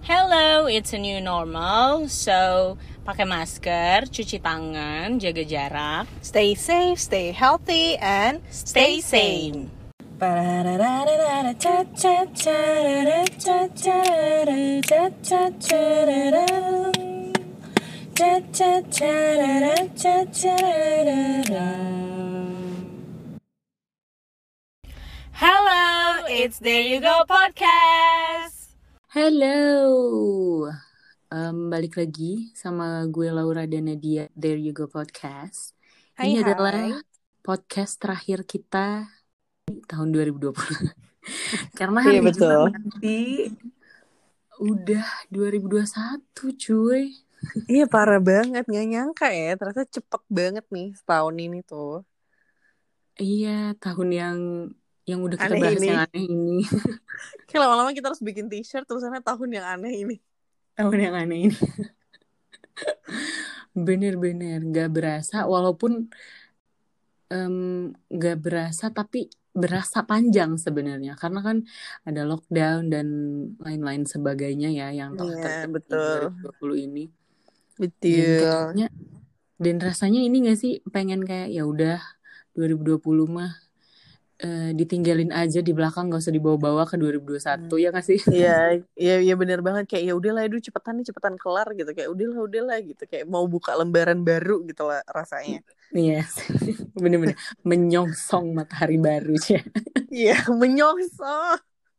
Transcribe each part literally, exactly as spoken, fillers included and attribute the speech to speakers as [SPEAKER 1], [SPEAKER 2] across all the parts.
[SPEAKER 1] Hello, it's a new normal. So, pakai masker, cuci tangan, jaga jarak,
[SPEAKER 2] Stay safe, stay healthy, and
[SPEAKER 1] stay sane. Hello, it's There You Go Podcast.
[SPEAKER 3] Hello, um, balik lagi sama gue Laura dan Nadia, There You Go Podcast.
[SPEAKER 2] Hai,
[SPEAKER 3] Ini
[SPEAKER 2] hai.
[SPEAKER 3] adalah podcast terakhir kita di tahun dua ribu dua puluh. Karena hari
[SPEAKER 2] Iya,
[SPEAKER 3] ini juga
[SPEAKER 2] betul.
[SPEAKER 3] nanti udah dua ribu dua puluh satu, cuy.
[SPEAKER 2] Iya, parah banget, gak nyangka ya, ternyata cepet banget nih setahun ini tuh.
[SPEAKER 3] Iya, tahun yang yang udah kita
[SPEAKER 2] Aneh
[SPEAKER 3] bahas
[SPEAKER 2] ini.
[SPEAKER 3] yang aneh ini.
[SPEAKER 2] Kayak lama-lama kita harus bikin t-shirt tulisannya tahun yang aneh ini.
[SPEAKER 3] Tahun yang aneh ini. Bener-bener gak berasa, walaupun um, gak berasa tapi berasa panjang sebenarnya, karena kan ada lockdown dan lain-lain sebagainya ya yang telah
[SPEAKER 2] Iya,
[SPEAKER 3] terjadi di
[SPEAKER 2] betul.
[SPEAKER 3] dua ribu dua puluh ini. Dan
[SPEAKER 2] Betul.
[SPEAKER 3] kayaknya dan rasanya ini gak sih pengen kayak ya udah dua ribu dua puluh mah uh, ditinggalin aja di belakang, gak usah dibawa-bawa ke dua ribu dua puluh satu, ya gak sih?
[SPEAKER 2] Iya, iya, iya benar banget, kayak ya udahlah, aduh cepetan nih, cepetan kelar gitu, kayak udahlah, udahlah gitu, kayak mau buka lembaran baru gitu lah rasanya.
[SPEAKER 3] Iya, bener-bener menyongsong matahari baru ya.
[SPEAKER 2] Iya, menyongsong.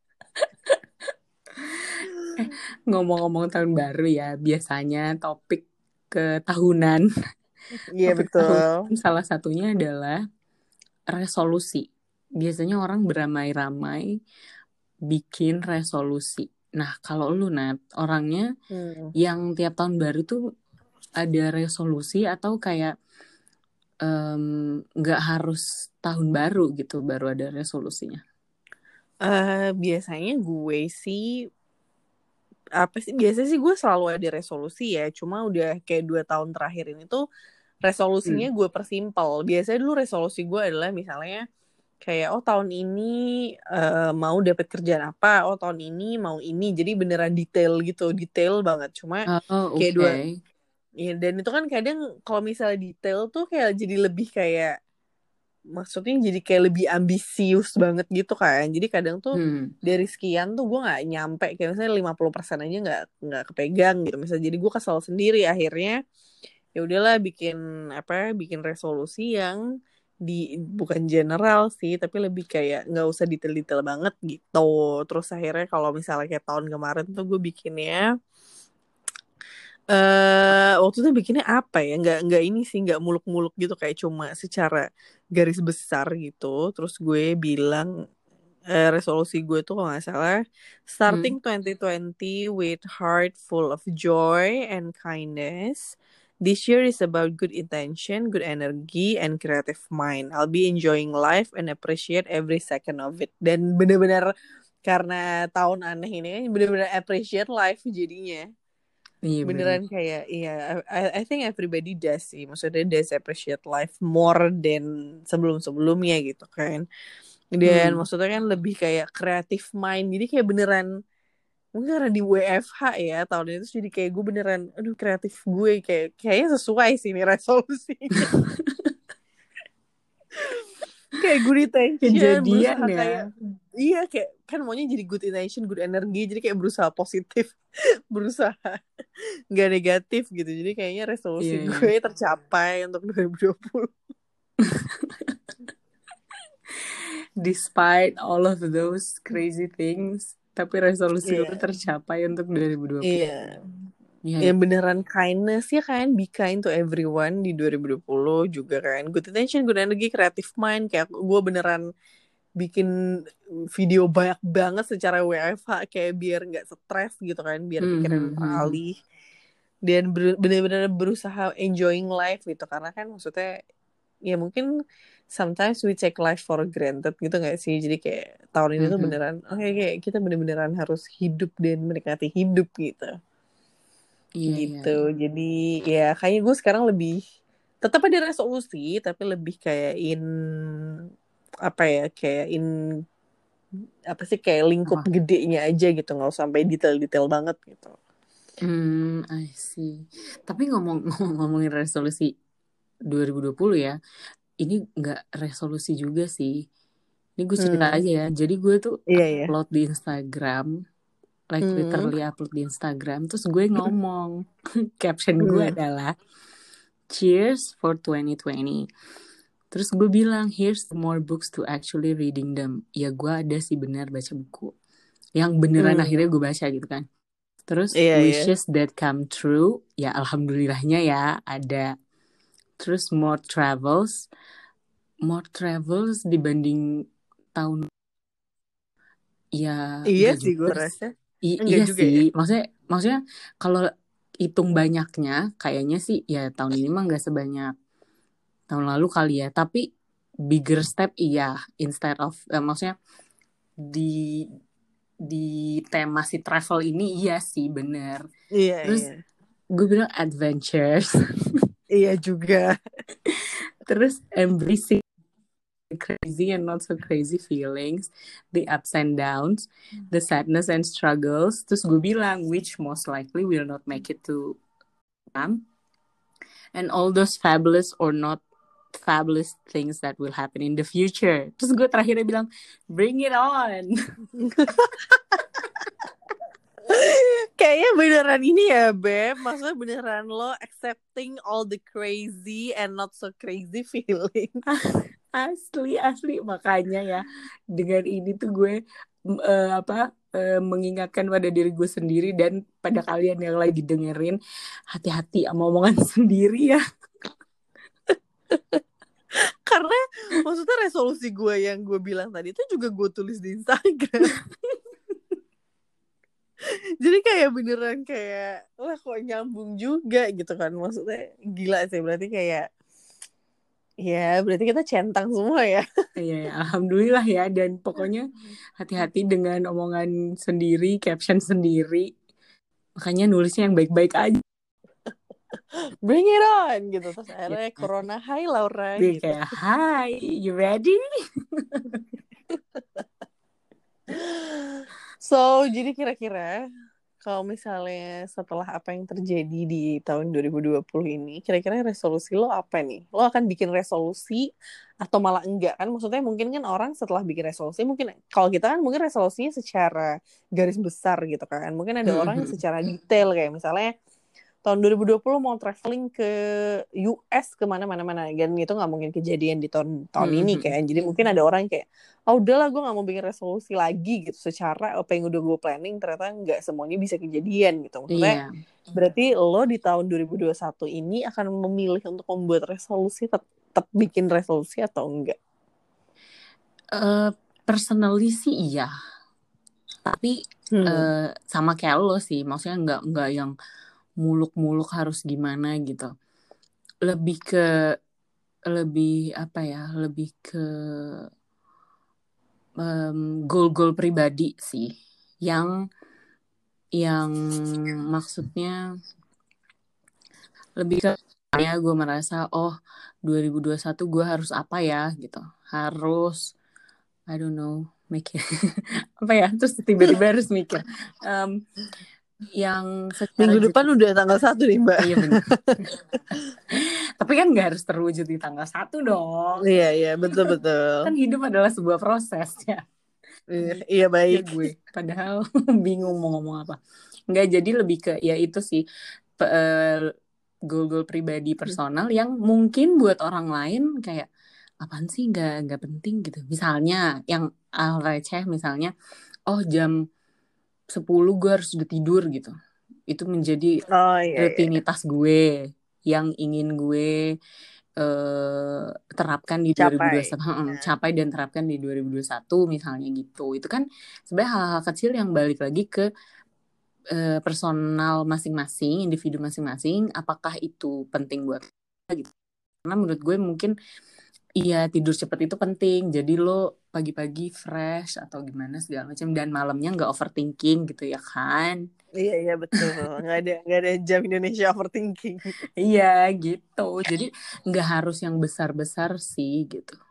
[SPEAKER 3] Eh, ngomong-ngomong tahun baru ya, biasanya topik ketahunan.
[SPEAKER 2] Iya,
[SPEAKER 3] Topik
[SPEAKER 2] betul.
[SPEAKER 3] tahunan salah satunya adalah resolusi. Biasanya orang beramai-ramai bikin resolusi. Nah, kalau lu Nat, orangnya
[SPEAKER 2] Hmm.
[SPEAKER 3] yang tiap tahun baru tuh ada resolusi atau kayak nggak um, harus tahun baru gitu baru ada resolusinya?
[SPEAKER 2] Uh, biasanya gue sih apa sih biasanya sih gue selalu ada resolusi ya, cuma udah kayak dua tahun terakhir ini tuh resolusinya
[SPEAKER 3] Hmm.
[SPEAKER 2] gue persimpel. Biasanya dulu resolusi gue adalah misalnya kayak oh tahun ini uh, mau dapet kerjaan apa, oh tahun ini mau ini, jadi beneran detail gitu, detail banget. Cuma
[SPEAKER 3] Oh,
[SPEAKER 2] kayak
[SPEAKER 3] oke.
[SPEAKER 2] dua ya, dan itu kan kadang kalau misalnya detail tuh kayak jadi lebih kayak, maksudnya jadi kayak lebih ambisius banget gitu kan. Jadi kadang tuh
[SPEAKER 3] Hmm.
[SPEAKER 2] dari sekian tuh gue nggak nyampe, kayak misalnya lima puluh persen aja nggak nggak kepegang gitu misalnya. Jadi gue kesel sendiri, akhirnya ya udahlah bikin apa bikin resolusi yang di bukan general sih, tapi lebih kayak nggak usah detail-detail banget gitu. Terus akhirnya kalau misalnya kayak tahun kemarin tuh gue bikinnya Uh, waktu itu bikinnya apa ya, nggak nggak ini sih, nggak muluk-muluk gitu, kayak cuma secara garis besar gitu. Terus gue bilang uh, resolusi gue tuh kalau nggak salah, starting
[SPEAKER 3] Hmm.
[SPEAKER 2] twenty twenty with heart full of joy and kindness. This year is about good intention, good energy, and creative mind. I'll be enjoying life and appreciate every second of it. Dan bener-bener karena tahun aneh ini kan bener-bener appreciate life jadinya.
[SPEAKER 3] Iya,
[SPEAKER 2] Beneran
[SPEAKER 3] bener.
[SPEAKER 2] kayak iya, I, I think everybody does sih, maksudnya does appreciate life more than sebelum-sebelumnya gitu kan. Dan
[SPEAKER 3] Hmm.
[SPEAKER 2] maksudnya kan lebih kayak creative mind, jadi kayak beneran mungkin karena di W F H ya tahun itu, jadi kayak gue beneran aduh kreatif, gue kayak kayaknya sesuai sih ini resolusinya. Kayak good intention,
[SPEAKER 3] Kejadian
[SPEAKER 2] berusaha
[SPEAKER 3] ya.
[SPEAKER 2] kayak iya, kayak kan maunya jadi good intention, good energy, jadi kayak berusaha positif, berusaha nggak negatif gitu. Jadi kayaknya resolusi
[SPEAKER 3] Iya,
[SPEAKER 2] gue
[SPEAKER 3] iya.
[SPEAKER 2] tercapai untuk dua ribu dua puluh.
[SPEAKER 3] Despite all of those crazy things, tapi resolusi
[SPEAKER 2] Iya.
[SPEAKER 3] lu tercapai untuk dua ribu dua puluh.
[SPEAKER 2] Iya.
[SPEAKER 3] Iya,
[SPEAKER 2] Yang beneran kindness ya kan, be kind to everyone di dua ribu dua puluh juga kan. Good intention, good energy, creative mind. Kayak gue beneran bikin video banyak banget secara W F H, kayak biar nggak stres gitu kan, biar pikiran
[SPEAKER 3] mm-hmm.
[SPEAKER 2] teralih. Dan ber- bener-bener berusaha enjoying life gitu. Karena kan maksudnya ya mungkin sometimes we take life for granted gitu gak sih. Jadi kayak tahun ini
[SPEAKER 3] Mm-hmm.
[SPEAKER 2] tuh beneran oke okay, kayak kita bener-beneran harus hidup dan menikmati hidup gitu.
[SPEAKER 3] Iya,
[SPEAKER 2] Gitu.
[SPEAKER 3] iya, iya.
[SPEAKER 2] Jadi ya kayaknya gue sekarang lebih tetap ada resolusi, tapi lebih kayak in apa ya, kayak in apa sih kayak lingkup
[SPEAKER 3] Apa?
[SPEAKER 2] gedenya aja gitu, nggak usah sampai detail-detail banget gitu.
[SPEAKER 3] Hmm, I see. Tapi ngomong ngomongin resolusi dua ribu dua puluh ya, ini nggak resolusi juga sih. Ini gue cerita
[SPEAKER 2] Hmm,
[SPEAKER 3] aja ya. Jadi gue tuh
[SPEAKER 2] iya iya.
[SPEAKER 3] upload di Instagram, like
[SPEAKER 2] Hmm,
[SPEAKER 3] literally upload di Instagram. Terus gue ngomong, caption gue
[SPEAKER 2] hmm,
[SPEAKER 3] adalah Cheers for twenty twenty. Terus gue bilang, here's more books to actually reading them. Ya gue ada sih benar baca buku. Yang beneran
[SPEAKER 2] hmm,
[SPEAKER 3] akhirnya gue baca gitu kan. Terus
[SPEAKER 2] iya iya.
[SPEAKER 3] wishes that come true, ya alhamdulillahnya ya ada. Terus more travels, more travels dibanding tahun, ya
[SPEAKER 2] Iya
[SPEAKER 3] enggak
[SPEAKER 2] sih gue
[SPEAKER 3] juga.
[SPEAKER 2] rasa.
[SPEAKER 3] I-
[SPEAKER 2] Enggak
[SPEAKER 3] iya
[SPEAKER 2] juga ya.
[SPEAKER 3] sih, maksudnya maksudnya kalau hitung banyaknya, kayaknya sih ya tahun ini mah nggak sebanyak tahun lalu kali ya. Tapi bigger step iya, instead of, eh, maksudnya di di tema si travel ini iya sih bener.
[SPEAKER 2] Iya
[SPEAKER 3] Terus
[SPEAKER 2] iya.
[SPEAKER 3] gue bilang adventures.
[SPEAKER 2] Iya juga.
[SPEAKER 3] Terus embracing crazy and not so crazy feelings, the ups and downs, the sadness and struggles. Terus gue bilang which most likely will not make it to um, and all those fabulous or not fabulous things that will happen in the future. Terus gue terakhirnya bilang bring it on.
[SPEAKER 2] Kayaknya beneran ini ya, Beb. Maksudnya beneran lo accepting all the crazy and not so crazy feeling.
[SPEAKER 3] Asli asli makanya ya dengan ini tuh gue m- eh, apa eh, mengingatkan pada diri gue sendiri dan pada kalian yang lagi dengerin, hati-hati sama omongan sendiri ya.
[SPEAKER 2] Karena maksudnya resolusi gue yang gue bilang tadi itu juga gue tulis di Instagram. Jadi kayak beneran kayak wah kok nyambung juga gitu kan. Maksudnya gila sih, berarti kayak ya berarti kita centang semua ya.
[SPEAKER 3] Iya, ya, alhamdulillah ya. Dan pokoknya hati-hati dengan omongan sendiri, caption sendiri. Makanya nulisnya yang baik-baik aja.
[SPEAKER 2] Bring it on gitu. Terus
[SPEAKER 3] Ya,
[SPEAKER 2] akhirnya Corona hai Laura
[SPEAKER 3] dia
[SPEAKER 2] gitu.
[SPEAKER 3] kayak, hi, you ready?
[SPEAKER 2] So jadi kira-kira kalau misalnya setelah apa yang terjadi di tahun dua ribu dua puluh ini, kira-kira resolusi lo apa nih? Lo akan bikin resolusi atau malah enggak kan? Maksudnya mungkin kan orang setelah bikin resolusi, mungkin kalau kita kan mungkin resolusinya secara garis besar gitu kan. Mungkin ada orang yang secara detail kayak misalnya tahun dua ribu dua puluh mau traveling ke U S kemana-mana mana dan itu nggak mungkin kejadian di tahun tahun ini kan. Jadi mungkin ada orang yang kayak oh udahlah gue nggak mau bikin resolusi lagi gitu, secara apa yang udah gue planning ternyata nggak semuanya bisa kejadian gitu. Maksudnya
[SPEAKER 3] Iya.
[SPEAKER 2] berarti lo di tahun dua ribu dua puluh satu ini akan memilih untuk membuat resolusi, tetap bikin resolusi atau enggak?
[SPEAKER 3] Uh, personally sih iya. Tapi
[SPEAKER 2] Hmm.
[SPEAKER 3] uh, sama kayak lo sih, maksudnya nggak nggak yang muluk-muluk harus gimana gitu. Lebih ke lebih apa ya? Lebih ke um, goal-goal pribadi sih, yang yang maksudnya lebih ke ya gue merasa oh dua ribu dua puluh satu gue harus apa ya gitu, harus I don't know mikir apa ya, terus tiba-tiba harus mikir um, yang secara
[SPEAKER 2] Minggu depan
[SPEAKER 3] jelas.
[SPEAKER 2] udah tanggal satu nih Mbak.
[SPEAKER 3] Oh iya benar. Tapi kan nggak harus terwujud di tanggal satu dong.
[SPEAKER 2] Iya iya betul-betul.
[SPEAKER 3] Kan hidup adalah sebuah proses ya.
[SPEAKER 2] Iya, iya
[SPEAKER 3] Ya
[SPEAKER 2] baik.
[SPEAKER 3] gue padahal bingung mau ngomong apa. Nggak, jadi lebih ke ya itu sih pe- eh, goal-goal pribadi personal yang mungkin buat orang lain kayak apaan sih, nggak nggak penting gitu. Misalnya yang al receh, misalnya oh jam sepuluh gue harus udah tidur gitu. Itu menjadi
[SPEAKER 2] Oh iya iya.
[SPEAKER 3] rutinitas gue yang ingin gue eh, terapkan di
[SPEAKER 2] Capai.
[SPEAKER 3] dua ribu dua puluh satu, hmm, capai dan terapkan di dua ribu dua puluh satu misalnya gitu. Itu kan sebenarnya hal-hal kecil yang balik lagi ke eh, personal masing-masing, individu masing-masing, apakah itu penting buat kita gitu. Karena menurut gue mungkin iya tidur cepat itu penting. Jadi lo pagi-pagi fresh atau gimana segala macam, dan malamnya nggak overthinking gitu ya kan.
[SPEAKER 2] Iya iya betul. Nggak ada nggak ada jam Indonesia overthinking.
[SPEAKER 3] Iya gitu. Jadi nggak harus yang besar-besar sih gitu.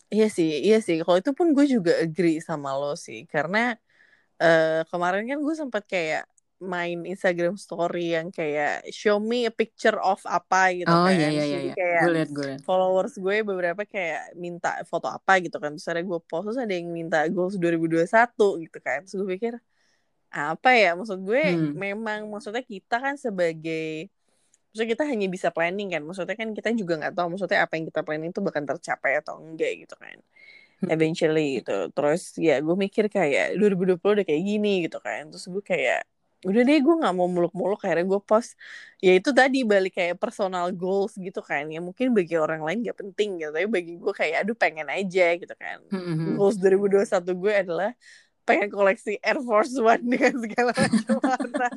[SPEAKER 2] Iya sih, iya sih. Kalau itu pun gue juga agree sama lo sih, karena eh kemarin kan gue sempat kayak main Instagram story yang kayak show me a picture of apa gitu
[SPEAKER 3] Oh iya
[SPEAKER 2] kan.
[SPEAKER 3] iya
[SPEAKER 2] Terus
[SPEAKER 3] iya
[SPEAKER 2] jadi
[SPEAKER 3] iya.
[SPEAKER 2] kayak
[SPEAKER 3] Gue liat gue liat.
[SPEAKER 2] followers gue beberapa kayak minta foto apa gitu kan. Terus ada gue post, terus ada yang minta goals dua ribu dua puluh satu gitu kan. Terus gue pikir apa ya, maksud gue
[SPEAKER 3] Hmm.
[SPEAKER 2] memang maksudnya kita kan sebagai, maksudnya kita hanya bisa planning kan. Maksudnya kan kita juga nggak tahu maksudnya apa yang kita planning itu bakal tercapai atau enggak gitu kan. Eventually gitu. Terus ya gue mikir kayak dua ribu dua puluh udah kayak gini gitu kan. Terus gue kayak udah deh gue nggak mau muluk-muluk, akhirnya gue post ya itu tadi, balik kayak personal goals gitu kan, ya mungkin bagi orang lain gak penting gitu, tapi bagi gue kayak aduh pengen aja gitu kan.
[SPEAKER 3] Hmm.
[SPEAKER 2] Goals dua ribu dua puluh satu gue adalah pengen koleksi Air Force One dengan segala macam warna.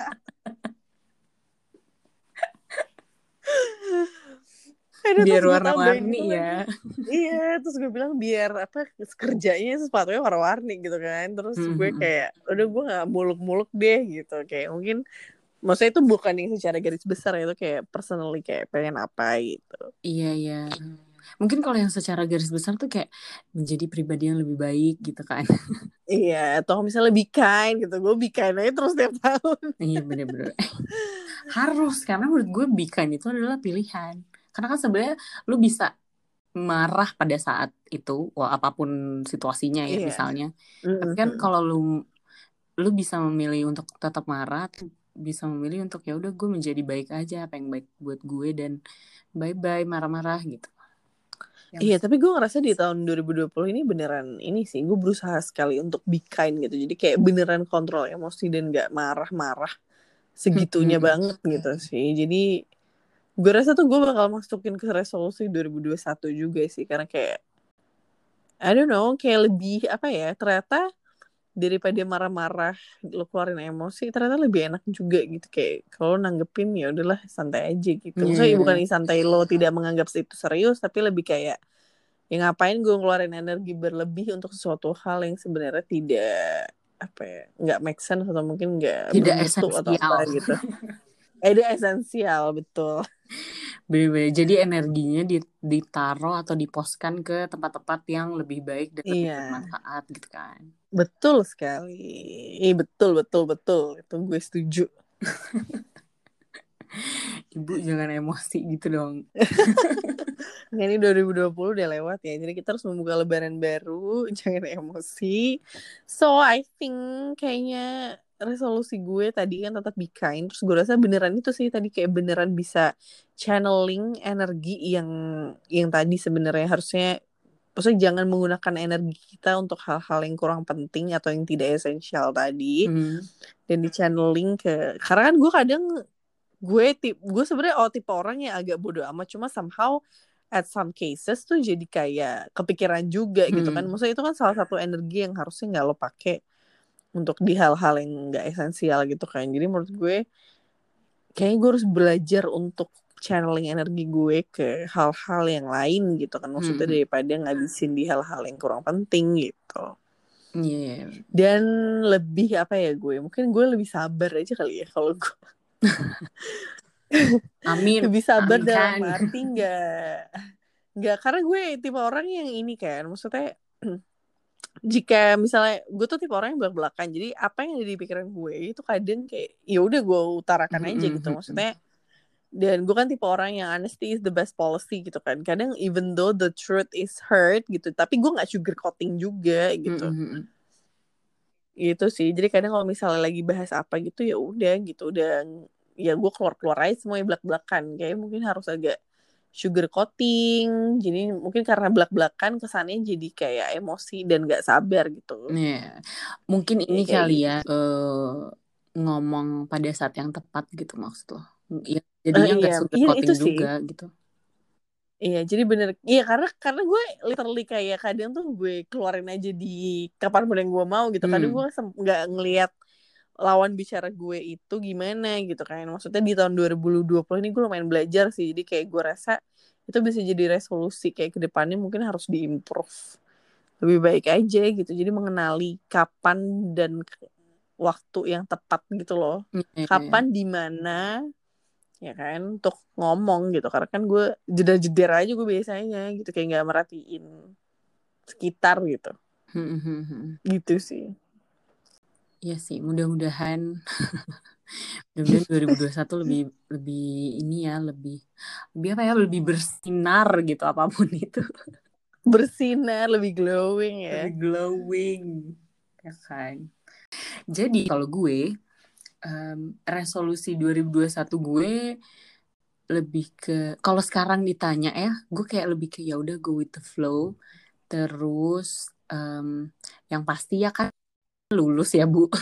[SPEAKER 2] Aduh,
[SPEAKER 3] Biar
[SPEAKER 2] terus gue tambahin
[SPEAKER 3] warna-warni
[SPEAKER 2] itu
[SPEAKER 3] ya.
[SPEAKER 2] lagi. Iya, terus gue bilang biar apa, kerjanya sepatunya warna-warni gitu kan. Terus gue
[SPEAKER 3] Hmm.
[SPEAKER 2] kayak udah gue gak muluk-muluk deh gitu. Kayak mungkin maksudnya itu bukan yang secara garis besar ya, itu kayak personally kayak pengen apa gitu.
[SPEAKER 3] Iya iya. Mungkin kalau yang secara garis besar tuh kayak menjadi pribadi yang lebih baik gitu kan.
[SPEAKER 2] Iya, atau misalnya be kind gitu. Gue be kind aja terus tiap tahun.
[SPEAKER 3] Iya bener-bener. Harus, karena menurut gue be kind itu adalah pilihan. Karena kan sebenarnya lu bisa marah pada saat itu, wah apapun situasinya ya
[SPEAKER 2] Iya.
[SPEAKER 3] misalnya. Tapi kan
[SPEAKER 2] Mhm.
[SPEAKER 3] kalau lu lu bisa memilih untuk tetap marah, bisa memilih untuk ya udah gue menjadi baik aja, apa yang baik buat gue, dan bye bye marah-marah gitu.
[SPEAKER 2] Iya,
[SPEAKER 3] Yang
[SPEAKER 2] tapi gue ngerasa di tahun dua ribu dua puluh ini beneran ini sih, gue berusaha sekali untuk be kind gitu. Jadi kayak beneran kontrol emosi dan gak marah-marah segitunya banget gitu sih. Jadi gue rasa tuh gue bakal masukin ke resolusi dua ribu dua puluh satu juga sih, karena kayak I don't know, kayak lebih apa ya, ternyata daripada marah-marah lo keluarin emosi, ternyata lebih enak juga gitu. Kayak kalau nanggepin ya udahlah santai aja gitu. Maksudnya bukan
[SPEAKER 3] yeah.
[SPEAKER 2] santai lo tidak menganggap itu serius, tapi lebih kayak ya ngapain gue ngeluarin energi berlebih untuk sesuatu hal yang sebenarnya tidak apa ya, nggak make sense atau mungkin nggak
[SPEAKER 3] Tidak
[SPEAKER 2] bermutu atau
[SPEAKER 3] esensial.
[SPEAKER 2] apa gitu. Eh, itu esensial, betul.
[SPEAKER 3] Bener-bener. Jadi energinya ditaruh atau diposkan ke tempat-tempat yang lebih baik dan lebih
[SPEAKER 2] Iya,
[SPEAKER 3] bermanfaat gitu kan.
[SPEAKER 2] betul sekali. Iya, betul, betul, betul. Itu gue setuju.
[SPEAKER 3] Ibu jangan emosi gitu dong.
[SPEAKER 2] Nah, ini dua ribu dua puluh udah lewat ya. Jadi kita harus membuka lebaran baru. Jangan emosi. So, I think kayaknya resolusi gue tadi kan tetap be kind. Terus gue rasa beneran itu sih tadi, kayak beneran bisa channeling energi yang yang tadi sebenarnya harusnya, maksudnya jangan menggunakan energi kita untuk hal-hal yang kurang penting atau yang tidak esensial tadi.
[SPEAKER 3] Hmm.
[SPEAKER 2] Dan di channeling ke, karena kan gue kadang gue tip gue sebenarnya oh tipe orang yang agak bodoh amat, cuma somehow at some cases tuh jadi kayak kepikiran juga
[SPEAKER 3] Hmm.
[SPEAKER 2] gitu kan. Maksudnya itu kan salah satu energi yang harusnya nggak lo pakai untuk di hal-hal yang nggak esensial gitu kan. Jadi menurut gue kayaknya gue harus belajar untuk channeling energi gue ke hal-hal yang lain gitu kan. Maksudnya
[SPEAKER 3] Hmm.
[SPEAKER 2] daripada ngabisin di hal-hal yang kurang penting gitu.
[SPEAKER 3] Iya. Yeah.
[SPEAKER 2] Dan lebih apa ya gue, mungkin gue lebih sabar aja kali ya kalau gue.
[SPEAKER 3] Amin.
[SPEAKER 2] Lebih sabar
[SPEAKER 3] Amin
[SPEAKER 2] dalam
[SPEAKER 3] kan.
[SPEAKER 2] arti nggak nggak karena gue tipe orang yang ini kan, maksudnya jika misalnya gue tuh tipe orang yang belak-belakan, jadi apa yang ada di pikiran gue itu kadang kayak ya udah gue utarakan aja gitu, maksudnya. Dan gue kan tipe orang yang honesty is the best policy gitu kan. Kadang even though the truth is hurt gitu, tapi gue nggak sugarcoating juga gitu.
[SPEAKER 3] Mm-hmm.
[SPEAKER 2] Gitu sih. Jadi kadang kalau misalnya lagi bahas apa gitu ya udah gitu, udah ya gue keluar-keluar aja semuanya belak-belakan. Kayak mungkin harus agak sugarcoating. Jadi mungkin karena belak-belakan kesannya jadi kayak emosi dan gak sabar gitu.
[SPEAKER 3] Yeah. Mungkin ini
[SPEAKER 2] ya,
[SPEAKER 3] kali
[SPEAKER 2] gitu.
[SPEAKER 3] ya uh, ngomong pada saat yang tepat gitu maksud lo. Ya, jadinya nggak
[SPEAKER 2] uh, iya,
[SPEAKER 3] sugarcoating
[SPEAKER 2] iya,
[SPEAKER 3] juga gitu.
[SPEAKER 2] Iya, jadi bener. Iya, karena karena gue literally kayak kadang tuh gue keluarin aja di kapanpun yang gue mau gitu. Kadang
[SPEAKER 3] Hmm.
[SPEAKER 2] gue nggak ngelihat lawan bicara gue itu gimana gitu kan. Maksudnya di tahun dua ribu dua puluh ini gue lumayan belajar sih. Jadi kayak gue rasa itu bisa jadi resolusi kayak kedepannya mungkin harus diimprove lebih baik aja gitu. Jadi mengenali kapan dan waktu yang tepat gitu loh.
[SPEAKER 3] Yeah.
[SPEAKER 2] Kapan, di mana, ya kan, untuk ngomong gitu. Karena kan gue jeder-jeder aja gue biasanya gitu, kayak nggak merhatiin. sekitar gitu.
[SPEAKER 3] Hmm, hmm, hmm.
[SPEAKER 2] Gitu sih.
[SPEAKER 3] Iya sih, mudah-mudahan mudah-mudahan dua ribu dua puluh satu lebih lebih ini ya, lebih lebih apa ya, lebih bersinar gitu apapun itu.
[SPEAKER 2] Bersinar, lebih glowing ya.
[SPEAKER 3] Lebih glowing. Ya kan. Jadi kalau gue um, resolusi dua ribu dua puluh satu gue lebih ke, kalau sekarang ditanya ya, gue kayak lebih ke ya udah go with the flow. Terus um, yang pasti ya kan lulus ya Bu.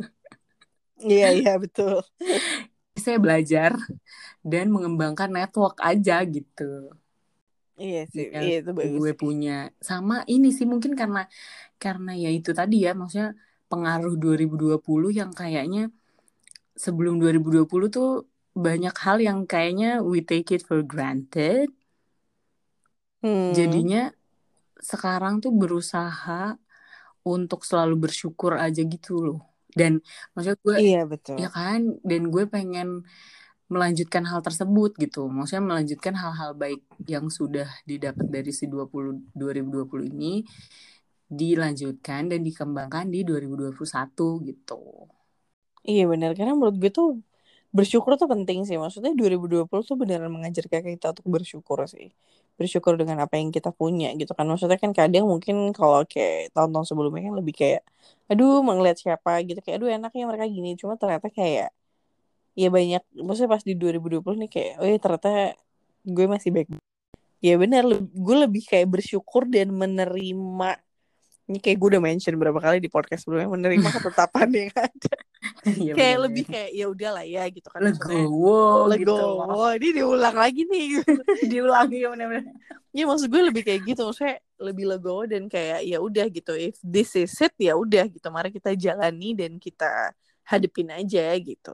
[SPEAKER 2] Iya iya betul.
[SPEAKER 3] Saya belajar dan mengembangkan network aja gitu.
[SPEAKER 2] Iya sih,
[SPEAKER 3] Yang
[SPEAKER 2] iya itu bagus
[SPEAKER 3] gue
[SPEAKER 2] sih.
[SPEAKER 3] punya. Sama ini sih mungkin karena karena ya itu tadi ya, maksudnya pengaruh dua ribu dua puluh yang kayaknya sebelum dua ribu dua puluh tuh banyak hal yang kayaknya we take it for granted.
[SPEAKER 2] Hmm.
[SPEAKER 3] Jadinya sekarang tuh berusaha untuk selalu bersyukur aja gitu loh. Dan maksudnya gue,
[SPEAKER 2] Iya betul.
[SPEAKER 3] ya kan, dan gue pengen melanjutkan hal tersebut gitu. Maksudnya melanjutkan hal-hal baik yang sudah didapat dari si dua ribu dua puluh ini, dilanjutkan dan dikembangkan di dua ribu dua puluh satu gitu.
[SPEAKER 2] Iya benar, karena menurut gue tuh bersyukur tuh penting sih. Maksudnya dua ribu dua puluh tuh beneran mengajarkan kita untuk bersyukur sih. Bersyukur dengan apa yang kita punya gitu kan. Maksudnya kan kadang mungkin kalau kayak tahun-tahun sebelumnya kan lebih kayak aduh ngeliat siapa gitu, kayak aduh enaknya mereka gini. Cuma ternyata kayak ya banyak, maksudnya pas di dua ribu dua puluh nih kayak oh ya ternyata gue masih baik. Ya benar, le- gue lebih kayak bersyukur dan menerima. Ini kayak gue udah mention berapa kali di podcast sebelumnya, menerima ketetapan yang ada.
[SPEAKER 3] Iya
[SPEAKER 2] Kayak
[SPEAKER 3] bener-bener.
[SPEAKER 2] lebih kayak ya udahlah ya gitu kan, maksudnya
[SPEAKER 3] Legowo gitu
[SPEAKER 2] legowo
[SPEAKER 3] loh.
[SPEAKER 2] ini diulang lagi nih.
[SPEAKER 3] Diulangi ya bener-bener.
[SPEAKER 2] Ya maksud gue lebih kayak gitu, maksudnya lebih legowo dan kayak ya udah gitu, if this is it ya udah gitu, mari kita jalani dan kita hadepin aja gitu.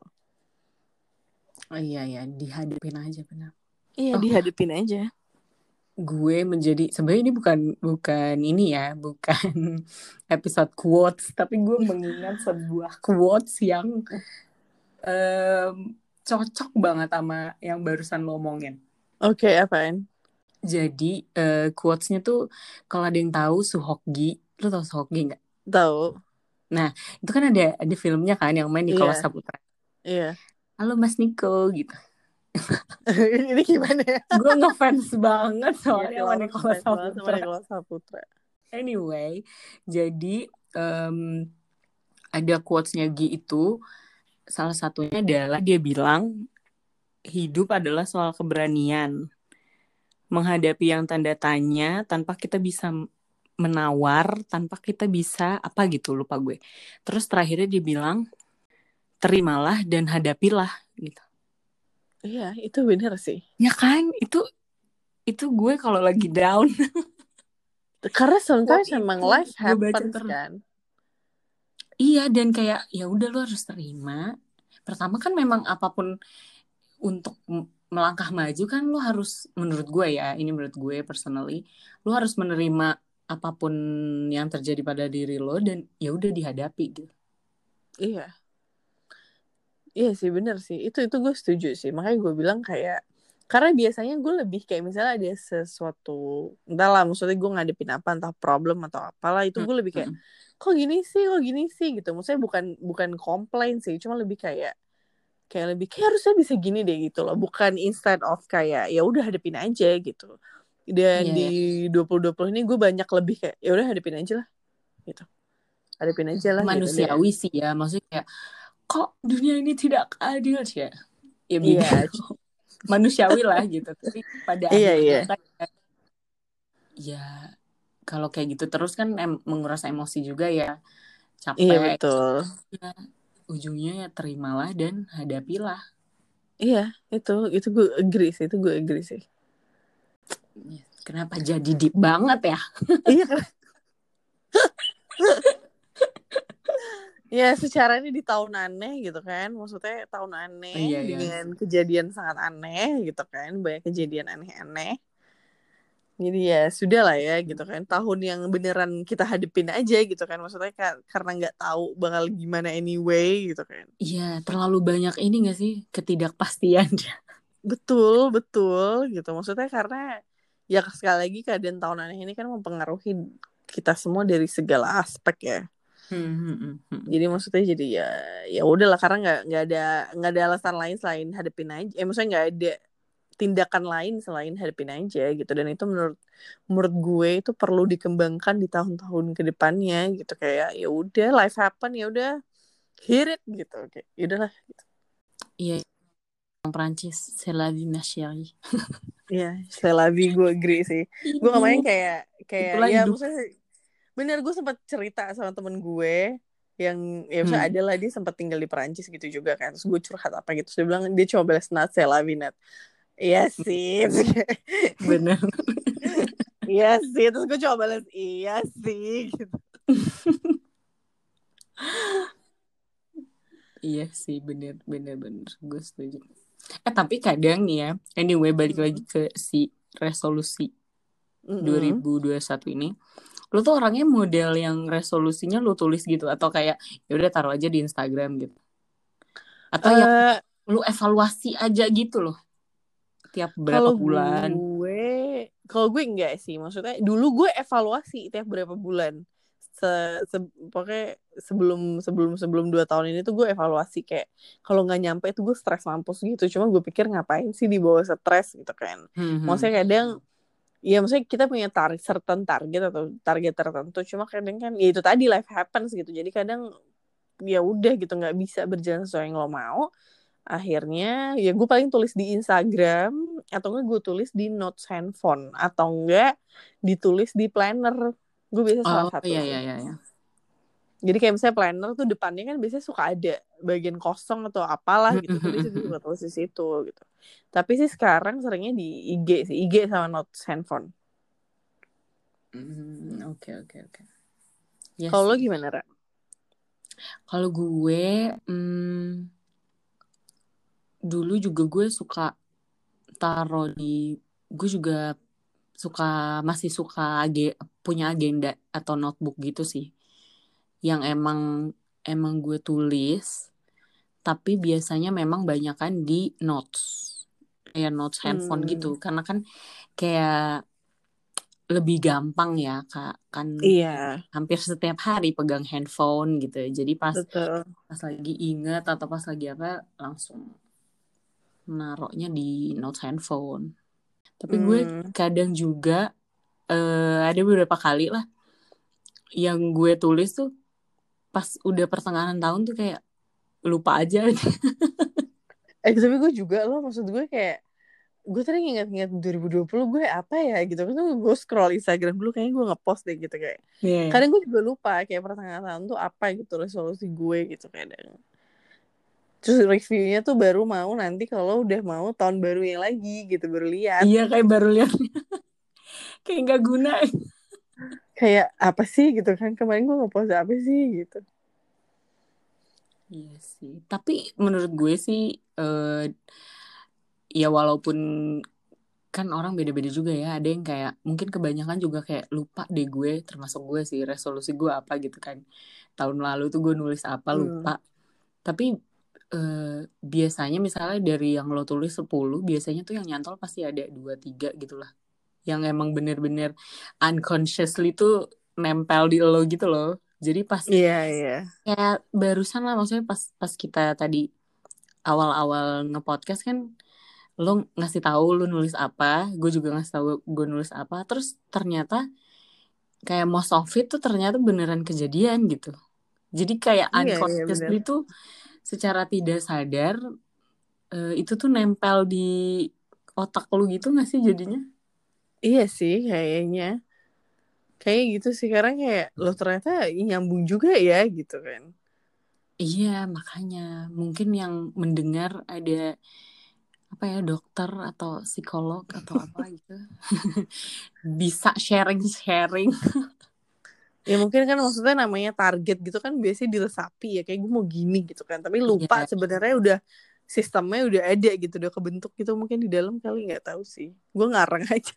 [SPEAKER 3] Oh iya ya, dihadapin aja benar.
[SPEAKER 2] Iya
[SPEAKER 3] Oh,
[SPEAKER 2] dihadepin aja.
[SPEAKER 3] gue menjadi, sebenarnya ini bukan bukan ini ya, bukan episode quotes, tapi gue mengingat sebuah quotes yang um, cocok banget sama yang barusan lo omongin.
[SPEAKER 2] Oke, apaan?
[SPEAKER 3] Jadi uh, quotesnya tuh kalau ada yang tahu Suhokgi, lo tau Suhokgi nggak?
[SPEAKER 2] Tahu.
[SPEAKER 3] Nah itu kan ada ada filmnya kan yang main Nicholas
[SPEAKER 2] Iya.
[SPEAKER 3] Saputra.
[SPEAKER 2] Iya.
[SPEAKER 3] Halo Mas Niko gitu.
[SPEAKER 2] Ini gimana ya?
[SPEAKER 3] Gue ngefans banget
[SPEAKER 2] Iya
[SPEAKER 3] soalnya
[SPEAKER 2] sih,
[SPEAKER 3] sama
[SPEAKER 2] Laura
[SPEAKER 3] Nicholas
[SPEAKER 2] fans banget sama
[SPEAKER 3] Saputra.
[SPEAKER 2] Nicholas Saputra.
[SPEAKER 3] Anyway, jadi um, ada quotesnya Gi itu, salah satunya adalah dia bilang hidup adalah soal keberanian, menghadapi yang tanda tanya tanpa kita bisa menawar, tanpa kita bisa apa gitu, lupa gue. Terus terakhirnya dia bilang terimalah dan hadapilah gitu.
[SPEAKER 2] Iya, itu benar sih.
[SPEAKER 3] Ya kan, itu itu gue kalau lagi down.
[SPEAKER 2] Karena sometimes
[SPEAKER 3] Quote
[SPEAKER 2] emang
[SPEAKER 3] itu
[SPEAKER 2] life
[SPEAKER 3] gue baca
[SPEAKER 2] happens
[SPEAKER 3] terus.
[SPEAKER 2] kan.
[SPEAKER 3] Iya, dan kayak ya udah lo harus terima. Pertama kan memang apapun untuk m- melangkah maju kan lo harus, menurut gue ya, ini menurut gue personally, lo harus menerima apapun yang terjadi pada diri lo dan ya udah dihadapi gitu.
[SPEAKER 2] Iya. Iya sih bener sih. Itu itu gue setuju sih. Makanya gue bilang kayak, karena biasanya gue lebih kayak misalnya ada sesuatu, entahlah maksudnya gue ngadepin apa, entah problem atau apalah, itu gue lebih kayak kok gini sih, kok gini sih gitu. Maksudnya bukan bukan komplain sih, cuma lebih kayak kayak lebih kayak harusnya bisa gini deh gitu loh. Bukan instead of kayak ya udah hadepin aja gitu. Dan
[SPEAKER 3] Iya,
[SPEAKER 2] di dua ribu dua puluh ini gue banyak lebih kayak ya udah hadepin aja lah gitu. Hadepin aja lah gitu deh.
[SPEAKER 3] manusiawi sih ya, maksudnya kayak kok dunia ini tidak adil ya, ya
[SPEAKER 2] Iya.
[SPEAKER 3] begitu. Manusiawi lah gitu, tapi pada
[SPEAKER 2] Iya iya.
[SPEAKER 3] akhirnya kan ya kalau kayak gitu terus kan em- menguras emosi juga ya,
[SPEAKER 2] Iya
[SPEAKER 3] capek
[SPEAKER 2] betul.
[SPEAKER 3] ya, ujungnya ya terimalah dan hadapilah.
[SPEAKER 2] Iya, itu itu gue agree sih, itu gue agree sih.
[SPEAKER 3] Ya, kenapa jadi deep banget ya?
[SPEAKER 2] Iya kan? Ya secara ini di tahun aneh gitu kan, maksudnya tahun aneh
[SPEAKER 3] Iya, iya.
[SPEAKER 2] dengan kejadian sangat aneh gitu kan, banyak kejadian aneh-aneh. Jadi ya sudah lah ya gitu kan, tahun yang beneran kita hadepin aja gitu kan, maksudnya ka- karena nggak tahu bakal gimana anyway gitu kan.
[SPEAKER 3] Iya, terlalu banyak ini gak sih ketidakpastian.
[SPEAKER 2] Betul betul gitu, maksudnya karena ya sekali lagi keadaan tahun aneh ini kan mempengaruhi kita semua dari segala aspek ya.
[SPEAKER 3] Hmm, hmm, hmm, hmm.
[SPEAKER 2] Jadi maksudnya jadi ya ya udahlah, karena nggak nggak ada nggak ada alasan lain selain hadapin aja. Eh maksudnya nggak ada tindakan lain selain hadapin aja gitu. Dan itu menurut menurut gue itu perlu dikembangkan di tahun-tahun kedepannya gitu. Kayak ya udah, life happen, ya udah hit it gitu. Oke, ya udahlah gitu.
[SPEAKER 3] Iya, orang Prancis, c'est la vie ma chérie.
[SPEAKER 2] Iya, saya lebih gue agree sih. Gue kemarin kayak kayak
[SPEAKER 3] Itulah
[SPEAKER 2] ya
[SPEAKER 3] hidup.
[SPEAKER 2] maksudnya bener, gue sempat cerita sama temen gue yang ya maksudnya
[SPEAKER 3] Hmm.
[SPEAKER 2] ada lah, dia sempat tinggal di Perancis gitu juga kan. Terus gue curhat apa gitu, terus dia bilang dia cuma balas nat saya la vie nat. Iya sih.
[SPEAKER 3] Bener.
[SPEAKER 2] Iya sih, terus gue coba balas iya sih gitu.
[SPEAKER 3] Iya sih, bener bener bener, gue setuju. Eh tapi kadang nih ya, anyway balik
[SPEAKER 2] Mm-mm.
[SPEAKER 3] lagi ke si resolusi
[SPEAKER 2] Mm-mm.
[SPEAKER 3] dua ribu dua puluh satu ini, lu tuh orangnya model yang resolusinya lu tulis gitu atau kayak ya udah taruh aja di Instagram gitu, atau yang
[SPEAKER 2] Eh,
[SPEAKER 3] lu evaluasi aja gitu loh tiap berapa
[SPEAKER 2] kalau
[SPEAKER 3] bulan?
[SPEAKER 2] gue kalau gue enggak sih, maksudnya dulu gue evaluasi tiap berapa bulan. Se, se pokoknya sebelum sebelum sebelum dua tahun ini tuh gue evaluasi kayak kalau nggak nyampe itu gue stres mampus gitu. Cuma gue pikir ngapain sih dibawa stres gitu kan.
[SPEAKER 3] Hmm, hmm.
[SPEAKER 2] Maksudnya kadang ya maksudnya kita punya target certain target atau target tertentu, cuma kadang kan ya itu tadi life happens gitu. Jadi kadang ya udah gitu, nggak bisa berjalan sesuai yang lo mau. Akhirnya ya gue paling tulis di Instagram atau enggak gue tulis di notes handphone atau enggak ditulis di planner. Gue biasa salah
[SPEAKER 3] Oh
[SPEAKER 2] satu
[SPEAKER 3] iya
[SPEAKER 2] sih.
[SPEAKER 3] iya iya iya.
[SPEAKER 2] Jadi kayak misalnya planner tuh depannya kan biasanya suka ada bagian kosong atau apalah
[SPEAKER 3] Hmm,
[SPEAKER 2] gitu.
[SPEAKER 3] hmm,
[SPEAKER 2] Tuh
[SPEAKER 3] hmm,
[SPEAKER 2] biasanya gue
[SPEAKER 3] hmm.
[SPEAKER 2] suka tulis di situ gitu. Tapi sih sekarang seringnya di I G sih, I G sama notes handphone.
[SPEAKER 3] Hmm, oke oke oke. Ya
[SPEAKER 2] Kalau lo
[SPEAKER 3] sih.
[SPEAKER 2] gimana, Ra?
[SPEAKER 3] Kalau gue, hmm, dulu juga gue suka taruh di, gue juga suka masih suka age, punya agenda atau notebook gitu sih, yang emang emang gue tulis, tapi biasanya memang banyakan di notes, kayak notes handphone
[SPEAKER 2] Hmm,
[SPEAKER 3] gitu, karena kan kayak lebih gampang ya kak, kan
[SPEAKER 2] iya,
[SPEAKER 3] hampir setiap hari pegang handphone gitu, jadi pas
[SPEAKER 2] betul.
[SPEAKER 3] pas lagi inget atau pas lagi apa langsung naruhnya di notes handphone. Tapi gue
[SPEAKER 2] Hmm.
[SPEAKER 3] kadang juga eh, ada beberapa kali lah yang gue tulis tuh pas udah pertengahan tahun tuh kayak lupa aja.
[SPEAKER 2] Eh tapi gue juga loh, maksud gue kayak gue tadi ingat-ingat dua ribu dua puluh gue apa ya gitu. Terus gue scroll Instagram dulu, kayaknya gue ngepost deh gitu kayak.
[SPEAKER 3] Iya.
[SPEAKER 2] Kadang gue juga lupa kayak pertengahan tahun tuh apa gitu resolusi gue gitu kadang. Terus reviewnya tuh baru mau nanti kalau udah mau tahun baru yang lagi gitu, baru lihat.
[SPEAKER 3] Iya kayak baru lihat kayak nggak guna.
[SPEAKER 2] Kayak apa sih gitu kan, kemarin gue ngepost apa sih gitu.
[SPEAKER 3] Iya sih. Tapi menurut gue sih eh, ya walaupun kan orang beda-beda juga ya. Ada yang kayak mungkin kebanyakan juga kayak lupa deh gue, termasuk gue sih resolusi gue apa gitu kan. Tahun lalu tuh gue nulis apa
[SPEAKER 2] Hmm.
[SPEAKER 3] lupa. Tapi eh, biasanya misalnya dari yang lo tulis sepuluh, biasanya tuh yang nyantol pasti ada dua tiga gitu lah. Yang emang bener-bener unconsciously tuh nempel di lo gitu loh. Jadi pas
[SPEAKER 2] Iya, iya.
[SPEAKER 3] kayak barusan lah, maksudnya pas pas kita tadi awal-awal nge-podcast kan lo ngasih tahu lo nulis apa, gue juga ngasih tahu gue nulis apa, terus ternyata kayak most of it tuh ternyata beneran kejadian gitu. Jadi kayak
[SPEAKER 2] Iya, iya benar.
[SPEAKER 3] unconsciously tuh secara tidak sadar eh, itu tuh nempel di otak lu gitu gak sih jadinya?
[SPEAKER 2] Iya sih kayaknya. Kayak gitu sih, karena kayak lo ternyata nyambung juga ya gitu kan.
[SPEAKER 3] Iya, makanya mungkin yang mendengar ada apa ya, dokter atau psikolog atau apa gitu. Bisa sharing-sharing.
[SPEAKER 2] Ya mungkin kan maksudnya namanya target gitu kan biasanya diresapi ya, kayak gue mau gini gitu kan, tapi lupa
[SPEAKER 3] Iya.
[SPEAKER 2] sebenarnya udah sistemnya udah ada gitu, udah kebentuk gitu mungkin di dalam kali, nggak tahu sih, gue ngarang aja.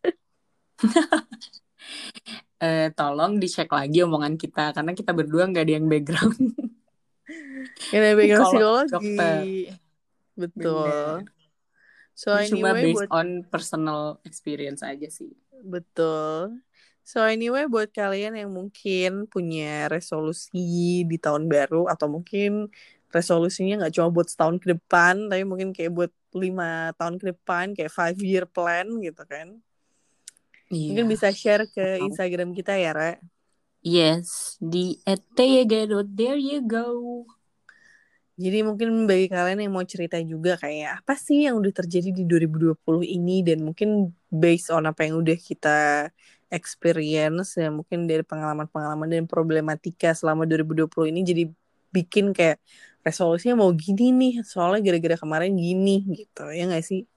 [SPEAKER 3] Eh, tolong dicek lagi omongan kita karena kita berdua nggak ada yang background
[SPEAKER 2] Ini background
[SPEAKER 3] psikolog
[SPEAKER 2] psikologi,
[SPEAKER 3] dokter.
[SPEAKER 2] betul.
[SPEAKER 3] Bener.
[SPEAKER 2] So
[SPEAKER 3] Ini cuma
[SPEAKER 2] anyway
[SPEAKER 3] based
[SPEAKER 2] buat
[SPEAKER 3] on personal experience aja sih.
[SPEAKER 2] betul. So anyway, buat kalian yang mungkin punya resolusi di tahun baru, atau mungkin resolusinya nggak cuma buat setahun ke depan, tapi mungkin kayak buat lima tahun ke depan, kayak five year plan gitu kan. Mungkin
[SPEAKER 3] Iya.
[SPEAKER 2] bisa share ke Instagram kita ya, Ra.
[SPEAKER 3] Yes, di at Teyagado, there you go.
[SPEAKER 2] Jadi mungkin bagi kalian yang mau cerita juga kayak apa sih yang udah terjadi di dua ribu dua puluh ini, dan mungkin based on apa yang udah kita experience ya, mungkin dari pengalaman-pengalaman dan problematika selama dua ribu dua puluh ini, jadi bikin kayak resolusinya mau gini nih soalnya gara-gara kemarin gini gitu ya nggak sih?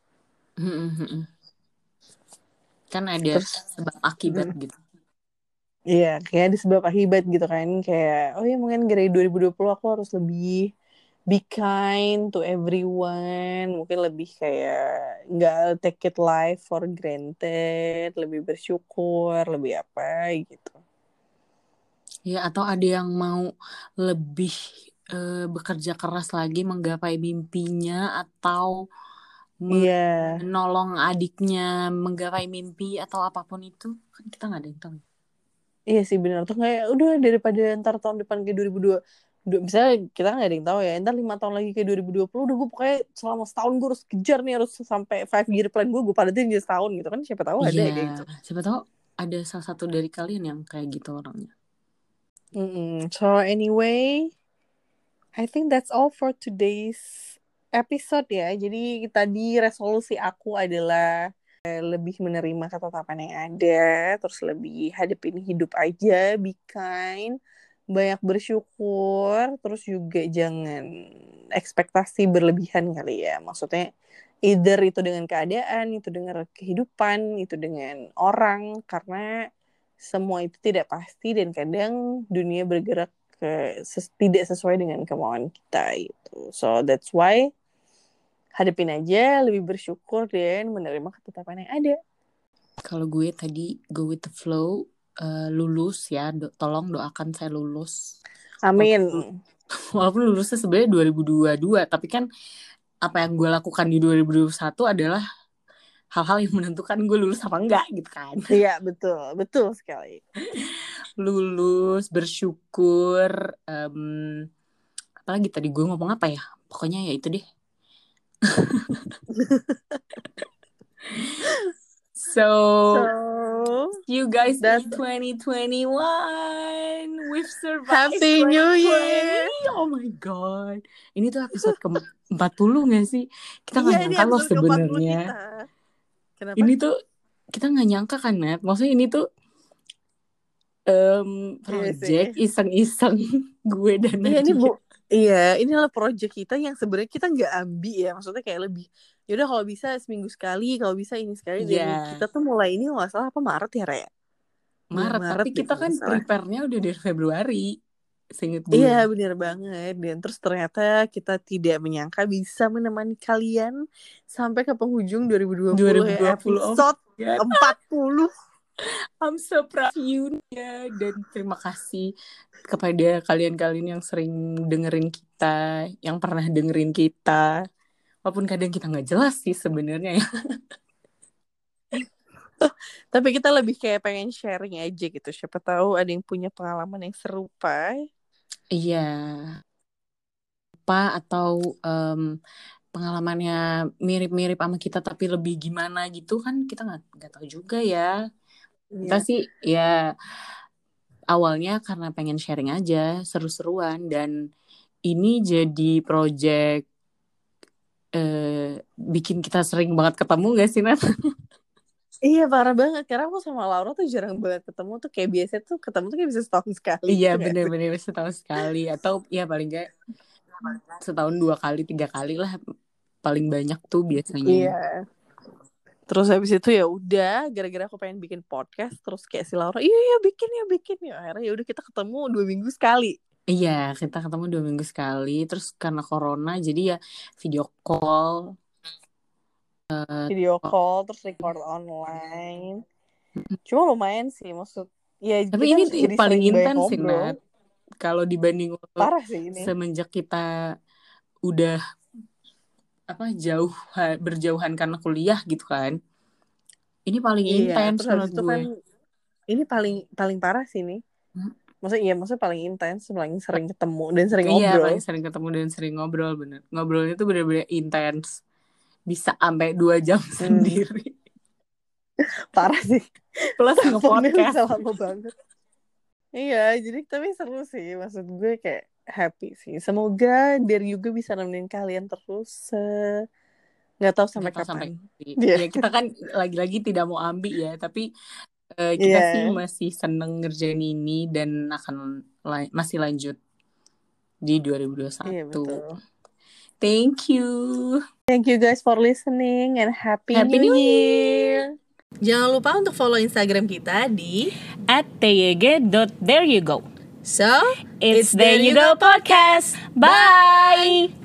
[SPEAKER 3] Kan ada
[SPEAKER 2] Terus
[SPEAKER 3] sebab akibat
[SPEAKER 2] mm,
[SPEAKER 3] gitu.
[SPEAKER 2] iya kayak ada sebab akibat gitu kan, kayak oh ya mungkin dari dua ribu dua puluh aku harus lebih be kind to everyone, mungkin lebih kayak nggak take it life for granted, lebih bersyukur, lebih apa gitu.
[SPEAKER 3] Ya, atau ada yang mau lebih eh, bekerja keras lagi menggapai mimpinya, atau
[SPEAKER 2] Iya,
[SPEAKER 3] menolong adiknya menggapai mimpi atau apapun itu. Kan kita nggak ada yang tahu.
[SPEAKER 2] iya sih benar tuh, kayak udah daripada ntar tahun depan ke dua ribu dua puluh, misalnya kita nggak ada yang tahu ya, ntar lima tahun lagi ke dua ribu dua puluh, udah gue pokoknya selama setahun gue harus kejar nih, harus sampai five year plan gue gue padatin aja setahun gitu kan, siapa tahu ada
[SPEAKER 3] Iya,
[SPEAKER 2] ya kayak gitu.
[SPEAKER 3] siapa tahu ada salah satu dari kalian yang kayak gitu orangnya.
[SPEAKER 2] Mm-mm. So anyway, I think that's all for today's episode ya. Jadi tadi resolusi aku adalah eh, lebih menerima ketetapan yang ada, terus lebih hadapin hidup aja, be kind, banyak bersyukur, terus juga jangan ekspektasi berlebihan kali ya. Maksudnya either itu dengan keadaan, itu dengan kehidupan, itu dengan orang, karena semua itu tidak pasti dan kadang dunia bergerak ke ses- tidak sesuai dengan kemauan kita gitu. So that's why hadapin aja, lebih bersyukur dan menerima ketetapan yang ada.
[SPEAKER 3] Kalau gue tadi go with the flow, eh, lulus ya, do- tolong doakan saya lulus.
[SPEAKER 2] Amin.
[SPEAKER 3] Walaupun, walaupun lulusnya sebenarnya dua ribu dua puluh dua, tapi kan apa yang gue lakukan di dua ribu dua puluh satu adalah hal-hal yang menentukan gue lulus apa enggak gitu kan.
[SPEAKER 2] Iya betul, betul sekali.
[SPEAKER 3] Lulus, bersyukur, em, apalagi tadi gue ngomong apa ya? Pokoknya ya itu deh. So,
[SPEAKER 2] So
[SPEAKER 3] you guys
[SPEAKER 2] that's
[SPEAKER 3] in twenty twenty-one, we've survived
[SPEAKER 2] Happy New
[SPEAKER 3] twenty twenty.
[SPEAKER 2] Year.
[SPEAKER 3] Oh my god, ini tuh episode ke empat puluh gak sih? Kita nggak
[SPEAKER 2] Iya, ini
[SPEAKER 3] nyangka loh
[SPEAKER 2] episode ke empat puluh
[SPEAKER 3] sebenarnya.
[SPEAKER 2] kita. Kenapa?
[SPEAKER 3] Ini tuh kita nggak nyangka kan, Nat? Maksudnya ini tuh um,
[SPEAKER 2] Iya sih.
[SPEAKER 3] project iseng-iseng gue dan
[SPEAKER 2] Iya ini
[SPEAKER 3] Nadia.
[SPEAKER 2] bu, iya inilah project kita yang sebenarnya kita nggak ambi ya, maksudnya kayak lebih, yaudah kalau bisa seminggu sekali, kalau bisa ini sekali. Dan
[SPEAKER 3] Iya,
[SPEAKER 2] kita tuh mulai ini nggak salah apa Maret ya Raya? Bulan
[SPEAKER 3] Maret.
[SPEAKER 2] Maret
[SPEAKER 3] Tapi
[SPEAKER 2] deh
[SPEAKER 3] kita
[SPEAKER 2] kalau
[SPEAKER 3] kan
[SPEAKER 2] nggak salah.
[SPEAKER 3] prepare-nya udah dari Februari, seinget
[SPEAKER 2] Iya
[SPEAKER 3] gue.
[SPEAKER 2] benar banget. Dan terus ternyata kita tidak menyangka bisa menemani kalian sampai ke penghujung dua ribu dua puluh ya,
[SPEAKER 3] dua ribu dua puluh, oh
[SPEAKER 2] episode
[SPEAKER 3] my God.
[SPEAKER 2] empat puluh.
[SPEAKER 3] I'm so proud of you ya. Dan terima kasih kepada kalian-kalian yang sering dengerin kita, yang pernah dengerin kita. Walaupun kadang kita nggak jelas sih sebenarnya ya.
[SPEAKER 2] Tapi kita lebih kayak pengen sharing aja gitu. Siapa tahu ada yang punya pengalaman yang serupa.
[SPEAKER 3] Iya. Apa atau em, pengalamannya mirip-mirip sama kita tapi lebih gimana gitu kan kita nggak nggak tahu juga ya. Kita
[SPEAKER 2] Iya.
[SPEAKER 3] sih ya awalnya karena pengen sharing aja, seru-seruan, dan ini jadi project eh, bikin kita sering banget ketemu gak sih, Nat?
[SPEAKER 2] Iya parah banget. Karena aku sama Laura tuh jarang banget ketemu tuh. Kayak biasa tuh ketemu tuh kayak bisa setahun sekali
[SPEAKER 3] Iya,
[SPEAKER 2] gitu gak sih?
[SPEAKER 3] bener-bener setahun sekali, atau ya paling gak setahun dua kali, tiga kali lah paling banyak tuh biasanya.
[SPEAKER 2] Iya. Terus habis itu ya udah, gara-gara aku pengen bikin podcast, terus kayak si Laura, iya iya bikin ya bikin ya. Akhirnya ya udah kita ketemu dua minggu sekali.
[SPEAKER 3] Iya, kita ketemu dua minggu sekali. Terus karena corona, jadi ya video call.
[SPEAKER 2] Video call, terus record online. Cuma lumayan sih, maksud ya
[SPEAKER 3] Tapi
[SPEAKER 2] kita
[SPEAKER 3] ini
[SPEAKER 2] jadi
[SPEAKER 3] paling
[SPEAKER 2] sering banyak
[SPEAKER 3] intens sih, Nat.
[SPEAKER 2] ngobrol.
[SPEAKER 3] Kalau dibanding
[SPEAKER 2] Parah sih ini.
[SPEAKER 3] semenjak kita udah apa jauh berjauhan karena kuliah gitu kan. Ini paling
[SPEAKER 2] Iya,
[SPEAKER 3] intens
[SPEAKER 2] terus habis
[SPEAKER 3] menurut
[SPEAKER 2] itu
[SPEAKER 3] gue.
[SPEAKER 2] kan ini paling paling parah sih nih.
[SPEAKER 3] Hmm?
[SPEAKER 2] Maksudnya iya, maksudnya paling intens, paling sering ketemu dan sering
[SPEAKER 3] Iya,
[SPEAKER 2] ngobrol.
[SPEAKER 3] paling sering ketemu dan sering ngobrol, bener. Ngobrolnya tuh bener-bener intens. Bisa sampai dua jam
[SPEAKER 2] Hmm.
[SPEAKER 3] sendiri.
[SPEAKER 2] Parah sih.
[SPEAKER 3] Plus
[SPEAKER 2] Teleponnya
[SPEAKER 3] nge-podcast.
[SPEAKER 2] bisa lama banget. Iya, jadi tapi seru sih. Maksud gue kayak happy sih. Semoga Dear Yuga bisa nemenin kalian terus. Uh, nggak tahu sampai
[SPEAKER 3] Nggak tahu sampai
[SPEAKER 2] kapan. Iya.
[SPEAKER 3] ya kita kan lagi-lagi tidak mau ambil ya, tapi eh, kita
[SPEAKER 2] Iya.
[SPEAKER 3] sih masih seneng ngerjain ini dan akan la- masih lanjut di dua ribu dua puluh satu.
[SPEAKER 2] Iya, betul.
[SPEAKER 3] Thank you.
[SPEAKER 2] Thank you guys for listening and happy,
[SPEAKER 3] Happy
[SPEAKER 2] New
[SPEAKER 3] New
[SPEAKER 2] Year. Jangan lupa untuk follow Instagram kita di
[SPEAKER 1] at t y g dot there you go.
[SPEAKER 2] So
[SPEAKER 1] It's There You Go Podcast. Bye.